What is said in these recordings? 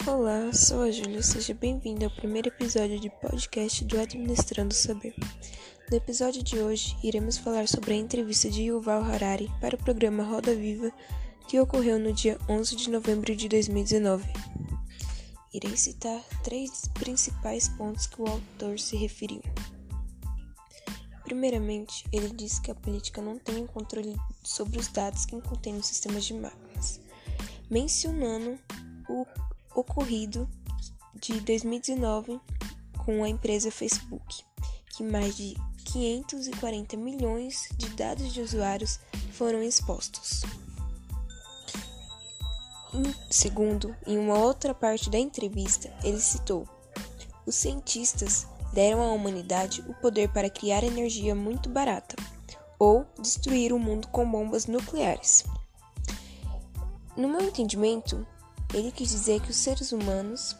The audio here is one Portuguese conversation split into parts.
Olá, sou a Júlia, seja bem-vindo ao primeiro episódio de podcast do Administrando o Saber. No episódio de hoje, iremos falar sobre a entrevista de Yuval Harari para o programa Roda Viva, que ocorreu no dia 11 de novembro de 2019. Irei citar 3 principais pontos que o autor se referiu. Primeiramente, ele disse que a política não tem o controle sobre os dados que contém nos sistemas de máquinas, mencionando o ocorrido de 2019 com a empresa Facebook, que mais de 540 milhões de dados de usuários foram expostos. Segundo, em uma outra parte da entrevista, ele citou: os cientistas deram à humanidade o poder para criar energia muito barata ou destruir o mundo com bombas nucleares. No meu entendimento, ele quis dizer que os seres humanos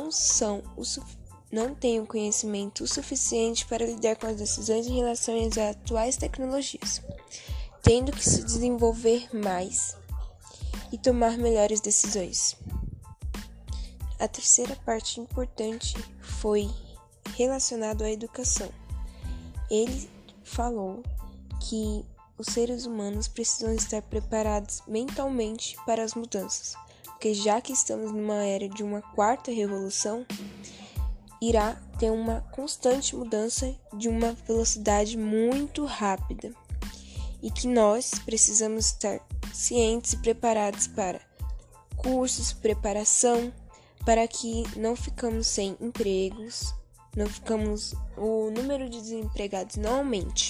não têm o conhecimento suficiente para lidar com as decisões em relação às atuais tecnologias, tendo que se desenvolver mais e tomar melhores decisões. A terceira parte importante foi relacionado à educação. Ele falou que os seres humanos precisam estar preparados mentalmente para as mudanças, porque já que estamos numa era de uma quarta revolução, irá ter uma constante mudança de uma velocidade muito rápida e que nós precisamos estar cientes e preparados para cursos, preparação, para que não ficamos sem empregos, o número de desempregados não aumente.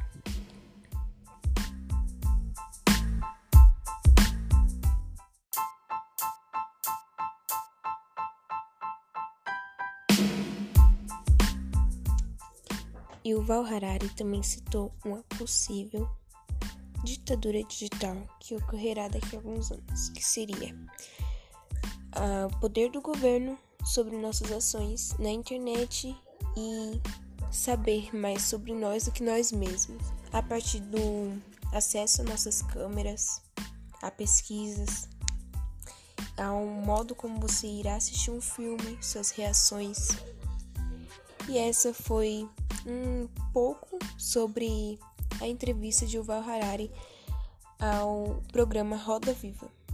Yuval Harari também citou uma possível ditadura digital que ocorrerá daqui a alguns anos, que seria o poder do governo sobre nossas ações na internet e saber mais sobre nós do que nós mesmos, a partir do acesso a nossas câmeras, a pesquisas, ao modo como você irá assistir um filme, suas reações. E essa foi um pouco sobre a entrevista de Yuval Harari ao programa Roda Viva.